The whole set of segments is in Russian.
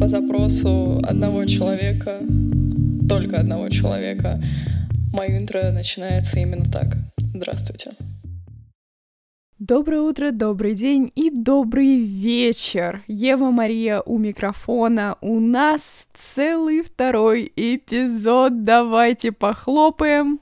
запросу одного человека, только одного человека, мое интро начинается именно так. Здравствуйте. Доброе утро, добрый день и добрый вечер. Ева Мария у микрофона. У нас целый второй эпизод. Давайте похлопаем.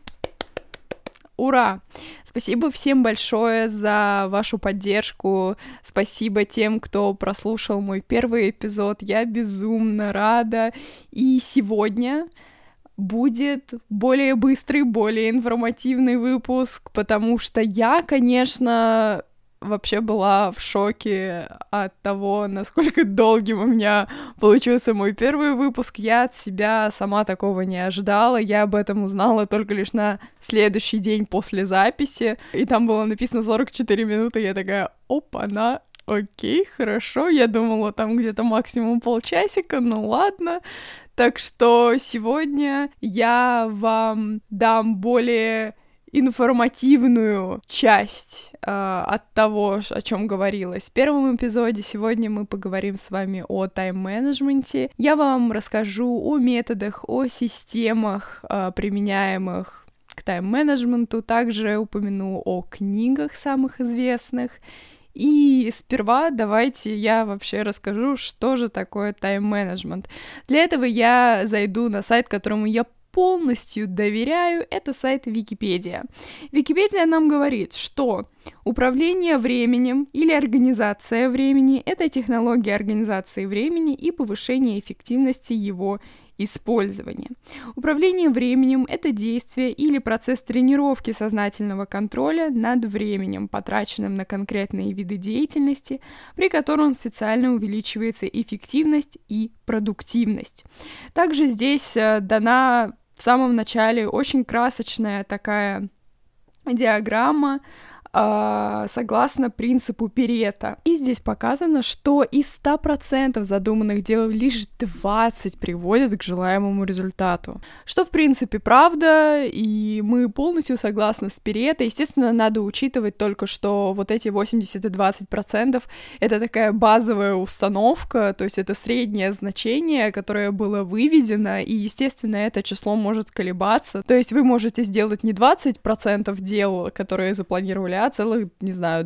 Ура! Спасибо всем большое за вашу поддержку. Спасибо тем, кто прослушал мой первый эпизод. Я безумно рада. И сегодня будет более быстрый, более информативный выпуск, потому что я, конечно, вообще была в шоке от того, насколько долгим у меня получился мой первый выпуск. Я от себя сама такого не ожидала. Я об этом узнала только лишь на следующий день после записи. И там было написано 44 минуты. Я такая, опа-на, окей, хорошо. Я думала, там где-то максимум полчасика, ну ладно. Так что сегодня я вам дам более информативную часть от того, о чем говорилось в первом эпизоде. Сегодня мы поговорим с вами о тайм-менеджменте. Я вам расскажу о методах, о системах, применяемых к тайм-менеджменту. Также упомяну о книгах самых известных. И сперва давайте я вообще расскажу, что же такое тайм-менеджмент. Для этого я зайду на сайт, которому я полностью доверяю, это сайт Википедия. Википедия нам говорит, что управление временем или организация времени — это технология организации времени и повышения эффективности его использования. Управление временем — это действие или процесс тренировки сознательного контроля над временем, потраченным на конкретные виды деятельности, при котором специально увеличивается эффективность и продуктивность. Также здесь дана в самом начале очень красочная такая диаграмма, согласно принципу Парето. И здесь показано, что из 100% задуманных дел лишь 20 приводят к желаемому результату. Что, в принципе, правда, и мы полностью согласны с Парето. Естественно, надо учитывать только, что вот эти 80 и 20% — это такая базовая установка, то есть это среднее значение, которое было выведено, и, естественно, это число может колебаться. То есть вы можете сделать не 20% дел, которые запланировали, а целых, не знаю,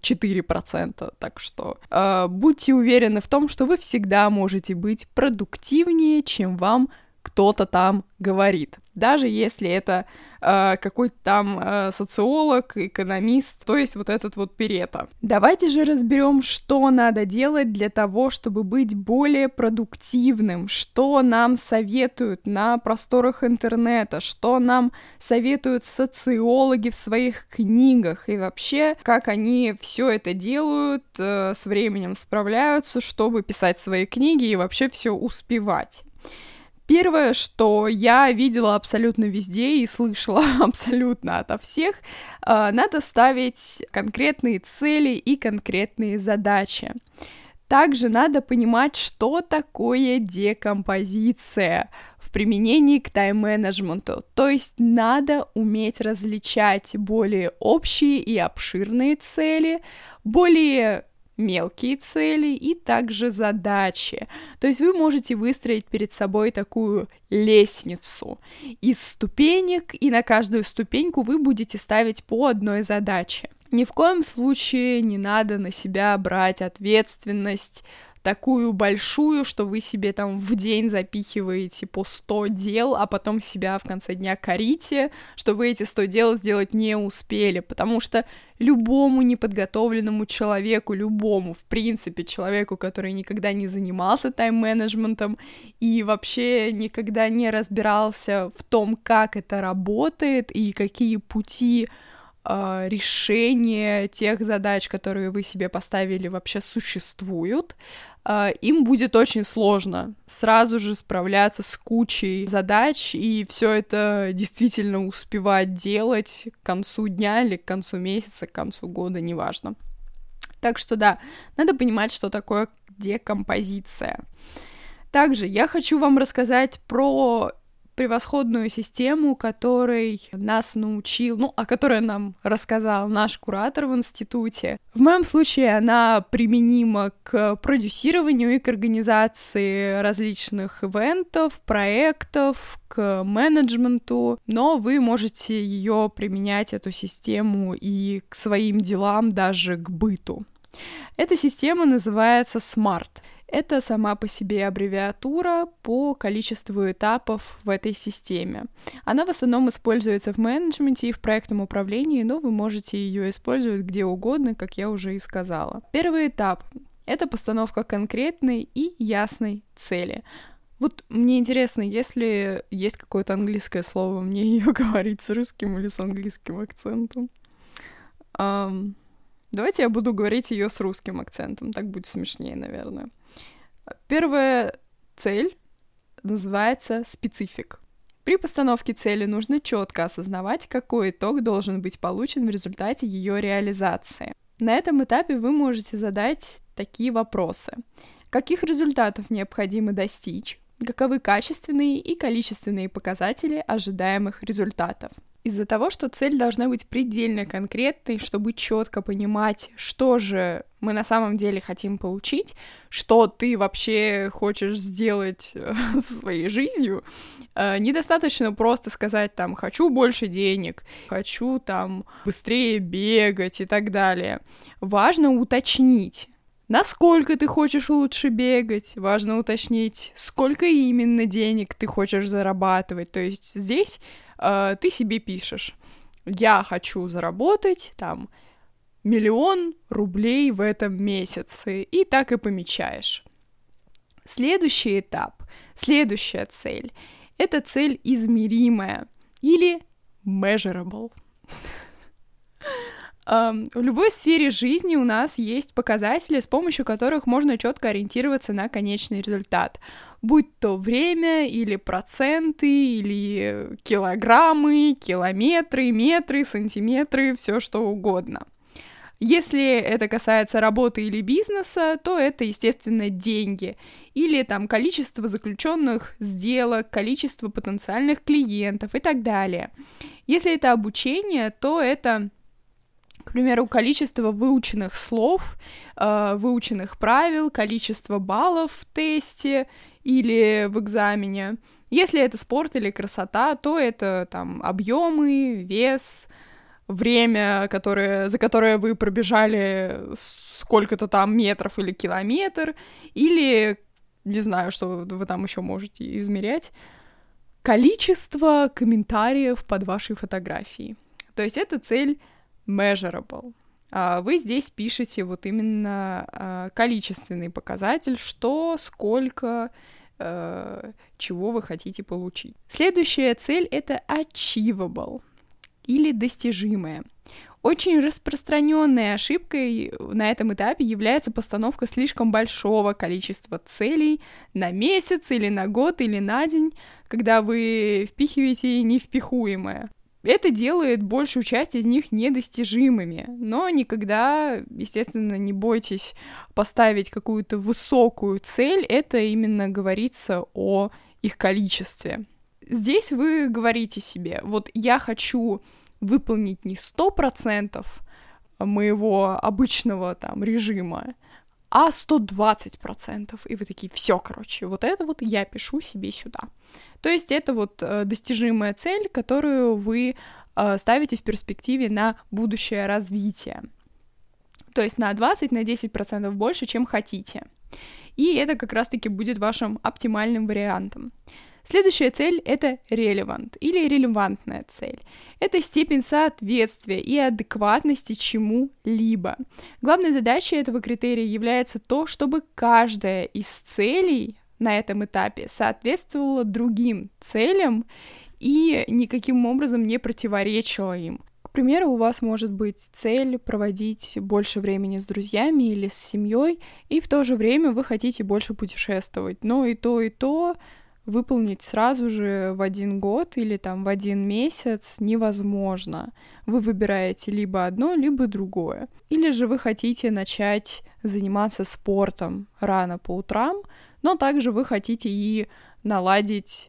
24%. Так что будьте уверены в том, что вы всегда можете быть продуктивнее, чем вам кто-то там говорит. Даже если это какой-то там социолог, экономист, то есть вот этот вот Парето. Давайте же разберем, что надо делать для того, чтобы быть более продуктивным, что нам советуют на просторах интернета, что нам советуют социологи в своих книгах и вообще, как они все это делают, с временем справляются, чтобы писать свои книги и вообще все успевать. Первое, что я видела абсолютно везде и слышала абсолютно ото всех, надо ставить конкретные цели и конкретные задачи. Также надо понимать, что такое декомпозиция в применении к тайм-менеджменту. То есть надо уметь различать более общие и обширные цели, более мелкие цели и также задачи. То есть вы можете выстроить перед собой такую лестницу из ступенек, и на каждую ступеньку вы будете ставить по одной задаче. Ни в коем случае не надо на себя брать ответственность такую большую, что вы себе там в день запихиваете по 100 дел, а потом себя в конце дня корите, что вы эти 100 дел сделать не успели, потому что любому неподготовленному человеку, любому, в принципе, человеку, который никогда не занимался тайм-менеджментом и вообще никогда не разбирался в том, как это работает и какие пути решения тех задач, которые вы себе поставили, вообще существуют, им будет очень сложно сразу же справляться с кучей задач и все это действительно успевать делать к концу дня или к концу месяца, к концу года, неважно. Так что да, надо понимать, что такое декомпозиция. Также я хочу вам рассказать про превосходную систему, которой нас научил, о которой нам рассказал наш куратор в институте. В моем случае она применима к продюсированию и к организации различных ивентов, проектов, к менеджменту, но вы можете ее применять, эту систему, и к своим делам, даже к быту. Эта система называется SMART. Это сама по себе аббревиатура по количеству этапов в этой системе. Она в основном используется в менеджменте и в проектном управлении, но вы можете ее использовать где угодно, как я уже и сказала. Первый этап — это постановка конкретной и ясной цели. Вот мне интересно, если есть какое-то английское слово, мне ее говорить с русским или с английским акцентом. Давайте я буду говорить ее с русским акцентом, так будет смешнее, наверное. Первая цель называется специфик. При постановке цели нужно четко осознавать, какой итог должен быть получен в результате ее реализации. На этом этапе вы можете задать такие вопросы. Каких результатов необходимо достичь? Каковы качественные и количественные показатели ожидаемых результатов? Из-за того, что цель должна быть предельно конкретной, чтобы четко понимать, что же мы на самом деле хотим получить, что ты вообще хочешь сделать со своей жизнью, недостаточно просто сказать там «хочу больше денег», «хочу там быстрее бегать» и так далее. Важно уточнить, насколько ты хочешь лучше бегать, важно уточнить, сколько именно денег ты хочешь зарабатывать. То есть здесь ты себе пишешь: я хочу заработать там 1 000 000 рублей в этом месяце, и так и помечаешь. Следующий этап, следующая цель — это цель измеримая или measurable. В любой сфере жизни у нас есть показатели, с помощью которых можно четко ориентироваться на конечный результат. Будь то время, или проценты, или килограммы, километры, метры, сантиметры, все что угодно. Если это касается работы или бизнеса, то это, естественно, деньги. Или там количество заключенных сделок, количество потенциальных клиентов и так далее. Если это обучение, то это, к примеру, количество выученных слов, выученных правил, количество баллов в тесте или в экзамене. Если это спорт или красота, то это там объемы, вес, время, за которое вы пробежали сколько-то там метров или километр, или, не знаю, что вы там еще можете измерять, количество комментариев под вашей фотографией. То есть это цель measurable. Вы здесь пишете вот именно количественный показатель, что, сколько, чего вы хотите получить. Следующая цель — это achievable или достижимая. Очень распространенной ошибкой на этом этапе является постановка слишком большого количества целей на месяц или на год или на день, когда вы впихиваете невпихуемое. Это делает большую часть из них недостижимыми, но никогда, естественно, не бойтесь поставить какую-то высокую цель, это именно говорится о их количестве. Здесь вы говорите себе: вот я хочу выполнить не 100% моего обычного там режима, а 120%. И вы такие: все, короче, вот это вот я пишу себе сюда. То есть это вот достижимая цель, которую вы ставите в перспективе на будущее развитие. То есть на 10% больше, чем хотите. И это как раз-таки будет вашим оптимальным вариантом. Следующая цель — это relevant или релевантная цель. Это степень соответствия и адекватности чему-либо. Главной задачей этого критерия является то, чтобы каждая из целей на этом этапе соответствовала другим целям и никаким образом не противоречила им. К примеру, у вас может быть цель проводить больше времени с друзьями или с семьей, и в то же время вы хотите больше путешествовать. Но и то выполнить сразу же в 1 год или там в 1 месяц невозможно. Вы выбираете либо одно, либо другое. Или же вы хотите начать заниматься спортом рано по утрам, но также вы хотите и наладить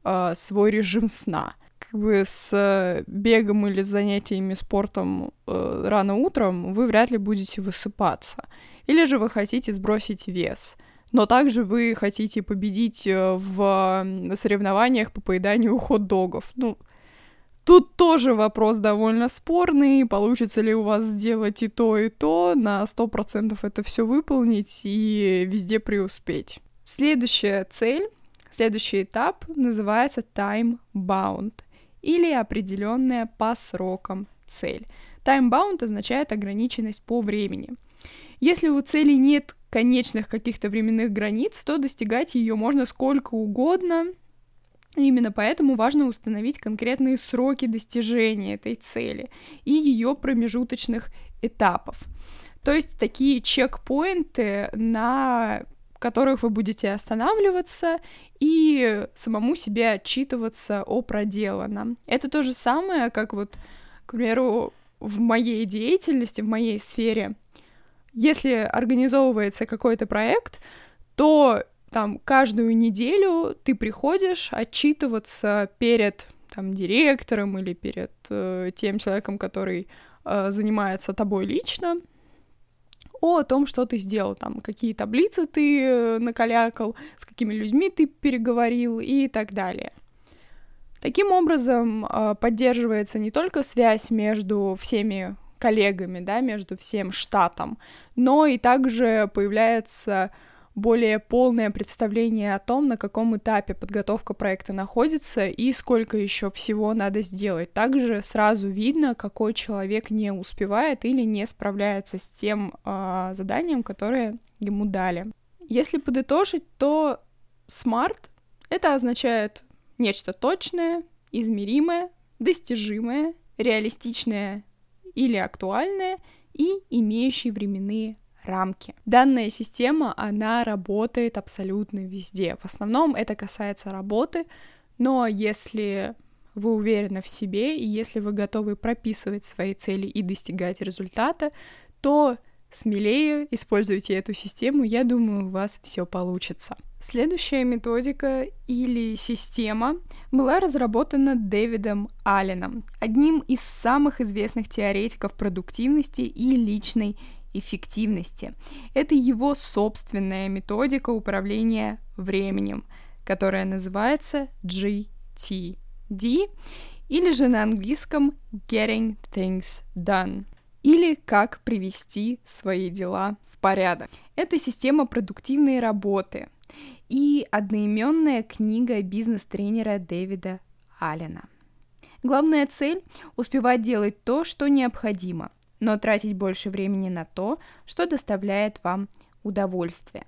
свой режим сна. Как бы с бегом или занятиями спортом рано утром вы вряд ли будете высыпаться. Или же вы хотите сбросить вес, но также вы хотите победить в соревнованиях по поеданию хот-догов. Тут тоже вопрос довольно спорный, получится ли у вас сделать и то, на 100% это все выполнить и везде преуспеть. Следующая цель, следующий этап называется time-bound, или определенная по срокам цель. Time-bound означает ограниченность по времени. Если у цели нет конечных каких-то временных границ, то достигать ее можно сколько угодно. Именно поэтому важно установить конкретные сроки достижения этой цели и ее промежуточных этапов. То есть такие чекпоинты, на которых вы будете останавливаться и самому себе отчитываться о проделанном. Это то же самое, как вот, к примеру, в моей деятельности, в моей сфере. Если организовывается какой-то проект, то там каждую неделю ты приходишь отчитываться перед директором или перед тем человеком, который занимается тобой лично, о том, что ты сделал, какие таблицы ты накалякал, с какими людьми ты переговорил и так далее. Таким образом, поддерживается не только связь между всеми коллегами, между всем штатом, но и также появляется более полное представление о том, на каком этапе подготовка проекта находится и сколько еще всего надо сделать. Также сразу видно, какой человек не успевает или не справляется с тем заданием, которое ему дали. Если подытожить, то SMART — это означает нечто точное, измеримое, достижимое, реалистичное или актуальное и имеющее временные рамки. Данная система, она работает абсолютно везде. В основном это касается работы, но если вы уверены в себе и если вы готовы прописывать свои цели и достигать результата, то смелее используйте эту систему, я думаю, у вас все получится. Следующая методика или система была разработана Дэвидом Алленом, одним из самых известных теоретиков продуктивности и личной эффективности. Это его собственная методика управления временем, которая называется GTD, или же на английском Getting Things Done, или как привести свои дела в порядок. Это система продуктивной работы и одноименная книга бизнес-тренера Дэвида Аллена. Главная цель — успевать делать то, что необходимо, но тратить больше времени на то, что доставляет вам удовольствие.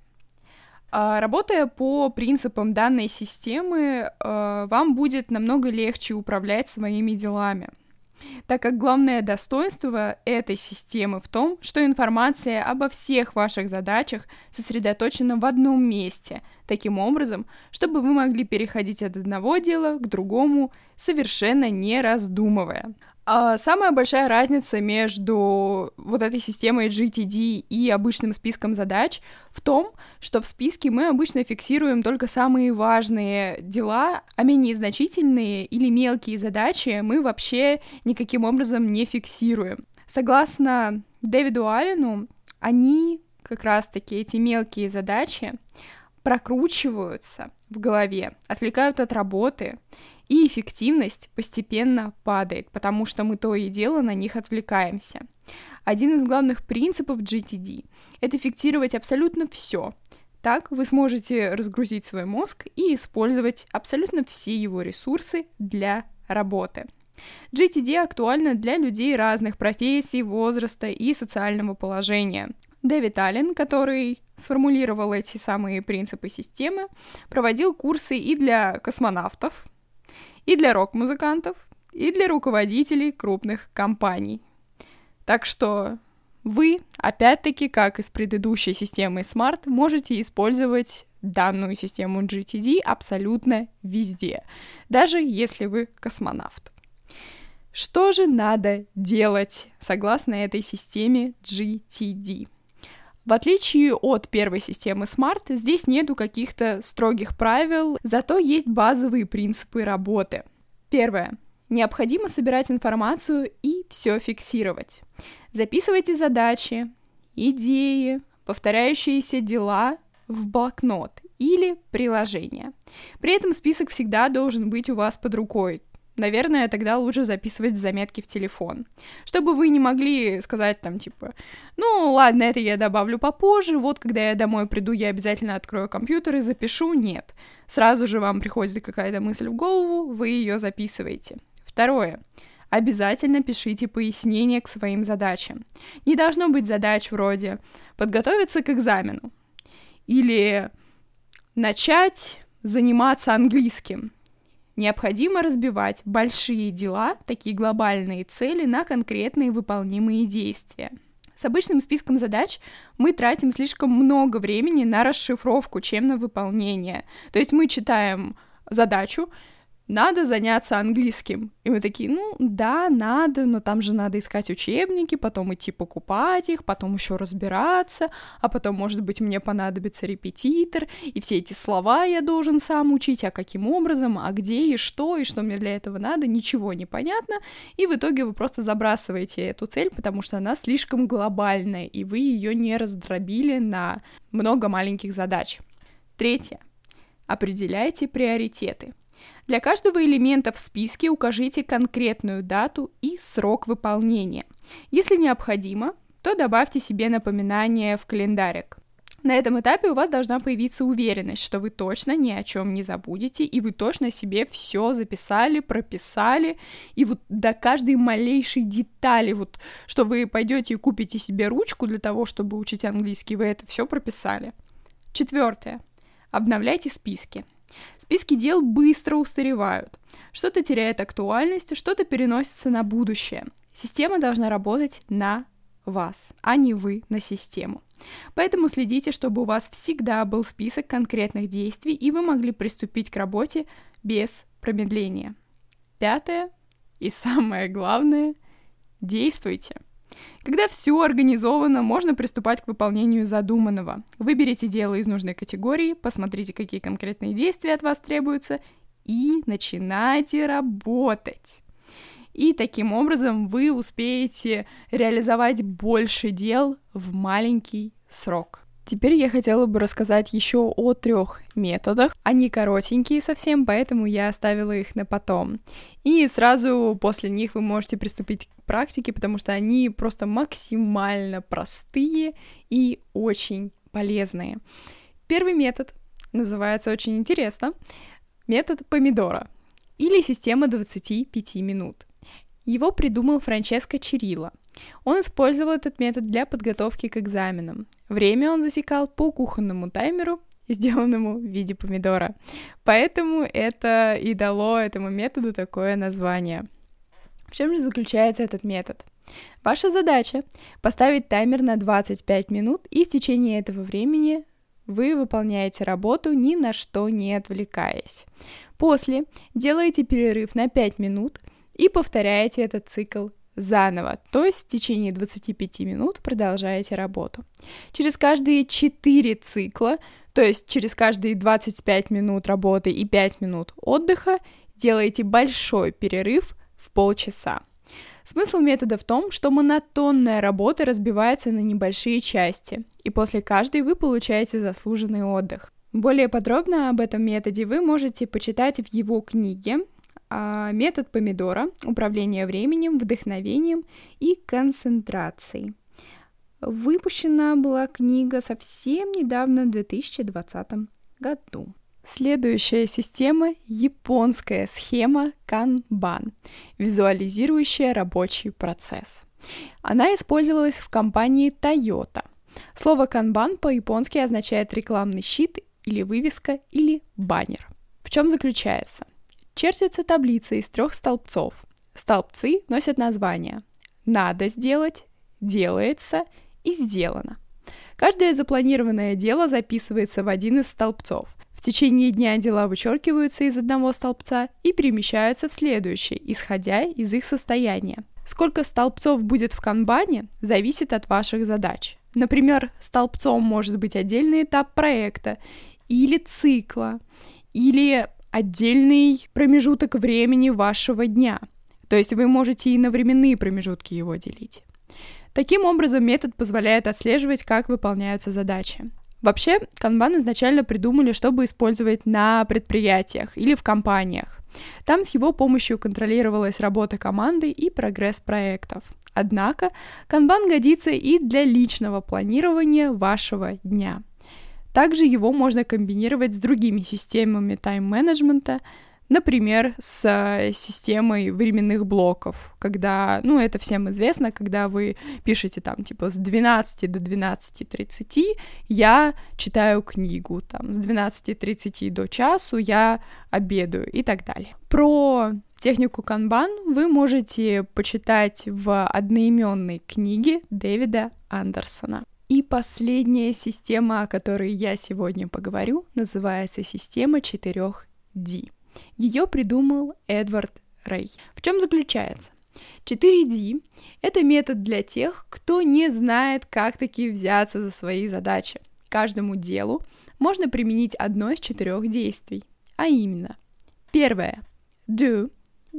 Работая по принципам данной системы, вам будет намного легче управлять своими делами, так как главное достоинство этой системы в том, что информация обо всех ваших задачах сосредоточена в одном месте, таким образом, чтобы вы могли переходить от одного дела к другому, совершенно не раздумывая. Самая большая разница между вот этой системой GTD и обычным списком задач в том, что в списке мы обычно фиксируем только самые важные дела, а менее значительные или мелкие задачи мы вообще никаким образом не фиксируем. Согласно Дэвиду Аллену, они, как раз-таки эти мелкие задачи, прокручиваются в голове, отвлекают от работы, и эффективность постепенно падает, потому что мы то и дело на них отвлекаемся. Один из главных принципов GTD — это фиксировать абсолютно все. Так вы сможете разгрузить свой мозг и использовать абсолютно все его ресурсы для работы. GTD актуально для людей разных профессий, возраста и социального положения. Дэвид Аллен, который сформулировал эти самые принципы системы, проводил курсы и для космонавтов, и для рок-музыкантов, и для руководителей крупных компаний. Так что вы, опять-таки, как и с предыдущей системой SMART, можете использовать данную систему GTD абсолютно везде, даже если вы космонавт. Что же надо делать согласно этой системе GTD? В отличие от первой системы SMART, здесь нету каких-то строгих правил, зато есть базовые принципы работы. Первое. Необходимо собирать информацию и все фиксировать. Записывайте задачи, идеи, повторяющиеся дела в блокнот или приложение. При этом список всегда должен быть у вас под рукой. Наверное, тогда лучше записывать заметки в телефон, чтобы вы не могли сказать там типа, ну ладно, это я добавлю попозже, вот когда я домой приду, я обязательно открою компьютер и запишу. Нет, сразу же вам приходит какая-то мысль в голову, вы ее записываете. Второе. Обязательно пишите пояснения к своим задачам. Не должно быть задач вроде подготовиться к экзамену или начать заниматься английским. Необходимо разбивать большие дела, такие глобальные цели, на конкретные выполнимые действия. С обычным списком задач мы тратим слишком много времени на расшифровку, чем на выполнение. То есть мы читаем задачу, надо заняться английским. И мы такие, ну да, надо, но там же надо искать учебники, потом идти покупать их, потом еще разбираться, а потом, может быть, мне понадобится репетитор, и все эти слова я должен сам учить, а каким образом, а где и что мне для этого надо, ничего не понятно, и в итоге вы просто забрасываете эту цель, потому что она слишком глобальная, и вы ее не раздробили на много маленьких задач. Третье. Определяйте приоритеты. Для каждого элемента в списке укажите конкретную дату и срок выполнения. Если необходимо, то добавьте себе напоминание в календарик. На этом этапе у вас должна появиться уверенность, что вы точно ни о чем не забудете, и вы точно себе все записали, прописали, и вот до каждой малейшей детали, вот что вы пойдете и купите себе ручку для того, чтобы учить английский, вы это все прописали. Четвертое. Обновляйте списки. Списки дел быстро устаревают. Что-то теряет актуальность, что-то переносится на будущее. Система должна работать на вас, а не вы на систему. Поэтому следите, чтобы у вас всегда был список конкретных действий, и вы могли приступить к работе без промедления. Пятое и самое главное – действуйте. Когда все организовано, можно приступать к выполнению задуманного. Выберите дело из нужной категории, посмотрите, какие конкретные действия от вас требуются, и начинайте работать. И таким образом вы успеете реализовать больше дел в маленький срок. Теперь я хотела бы рассказать еще о 3 методах. Они коротенькие совсем, поэтому я оставила их на потом. И сразу после них вы можете приступить к практике, потому что они просто максимально простые и очень полезные. Первый метод называется очень интересно метод помидора или система 25 минут. Его придумал Франческо Чирило. Он использовал этот метод для подготовки к экзаменам. Время он засекал по кухонному таймеру, сделанному в виде помидора. Поэтому это и дало этому методу такое название. В чем же заключается этот метод? Ваша задача — поставить таймер на 25 минут, и в течение этого времени вы выполняете работу, ни на что не отвлекаясь. После делаете перерыв на 5 минут и повторяете этот цикл заново, то есть в течение 25 минут продолжаете работу. Через каждые 4 цикла, то есть через каждые 25 минут работы и 5 минут отдыха, делаете большой перерыв в полчаса. Смысл метода в том, что монотонная работа разбивается на небольшие части, и после каждой вы получаете заслуженный отдых. Более подробно об этом методе вы можете почитать в его книге «Метод помидора. Управление временем, вдохновением и концентрацией». Выпущена была книга совсем недавно, в 2020 году. Следующая система — японская схема Kanban, визуализирующая рабочий процесс. Она использовалась в компании Toyota. Слово Kanban по-японски означает рекламный щит или вывеска или баннер. В чем заключается? Чертится таблица из 3 столбцов. Столбцы носят названия «надо сделать», «делается» и «сделано». Каждое запланированное дело записывается в один из столбцов. В течение дня дела вычеркиваются из одного столбца и перемещаются в следующий, исходя из их состояния. Сколько столбцов будет в канбане, зависит от ваших задач. Например, столбцом может быть отдельный этап проекта или цикла, или отдельный промежуток времени вашего дня. То есть вы можете и на временные промежутки его делить. Таким образом, метод позволяет отслеживать, как выполняются задачи. Вообще, канбан изначально придумали, чтобы использовать на предприятиях или в компаниях. Там с его помощью контролировалась работа команды и прогресс проектов. Однако, канбан годится и для личного планирования вашего дня. Также его можно комбинировать с другими системами тайм-менеджмента, например, с системой временных блоков, когда, это всем известно, когда вы пишете там, с 12 до 12:30 я читаю книгу, с 12:30 до часу я обедаю и так далее. Про технику канбан вы можете почитать в одноименной книге Дэвида Андерсона. И последняя система, о которой я сегодня поговорю, называется система 4D. Ее придумал Эдвард Рэй. В чем заключается? 4D — это метод для тех, кто не знает, как таки взяться за свои задачи. Каждому делу можно применить одно из 4 действий, а именно: первое — do,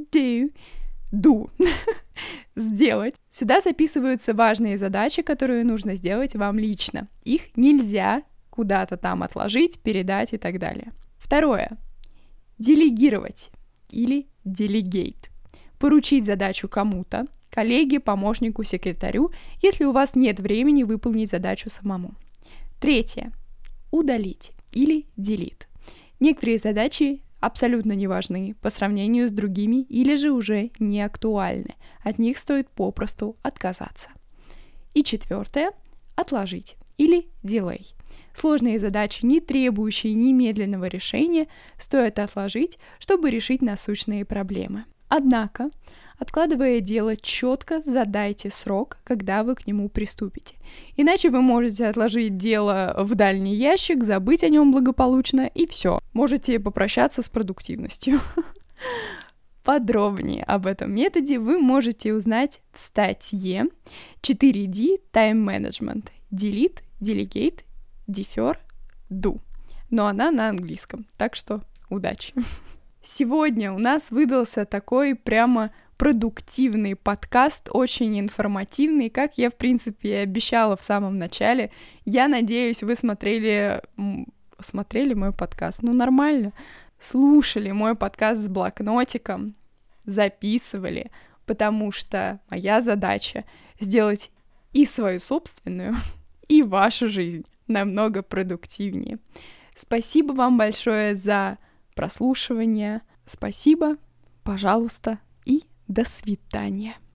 сделать. Сюда записываются важные задачи, которые нужно сделать вам лично. Их нельзя куда-то там отложить, передать и так далее. Второе — делегировать или delegate. Поручить задачу кому-то, коллеге, помощнику, секретарю, если у вас нет времени выполнить задачу самому. Третье — удалить или delete. Некоторые задачи абсолютно не важны по сравнению с другими или же уже не актуальны. От них стоит попросту отказаться. И четвертое — отложить или delay. Сложные задачи, не требующие немедленного решения, стоит отложить, чтобы решить насущные проблемы. Однако, откладывая дело, четко задайте срок, когда вы к нему приступите. Иначе вы можете отложить дело в дальний ящик, забыть о нем благополучно, и все. Можете попрощаться с продуктивностью. Подробнее об этом методе вы можете узнать в статье 4D Time Management. Delete, Delegate, Defer, Do. Но она на английском, так что удачи! Сегодня у нас выдался такой прямо продуктивный подкаст, очень информативный, как я, в принципе, и обещала в самом начале. Я надеюсь, вы смотрели мой подкаст, нормально, слушали мой подкаст с блокнотиком, записывали, потому что моя задача сделать и свою собственную, и вашу жизнь намного продуктивнее. Спасибо вам большое за прослушивание. Спасибо, пожалуйста, и до свидания.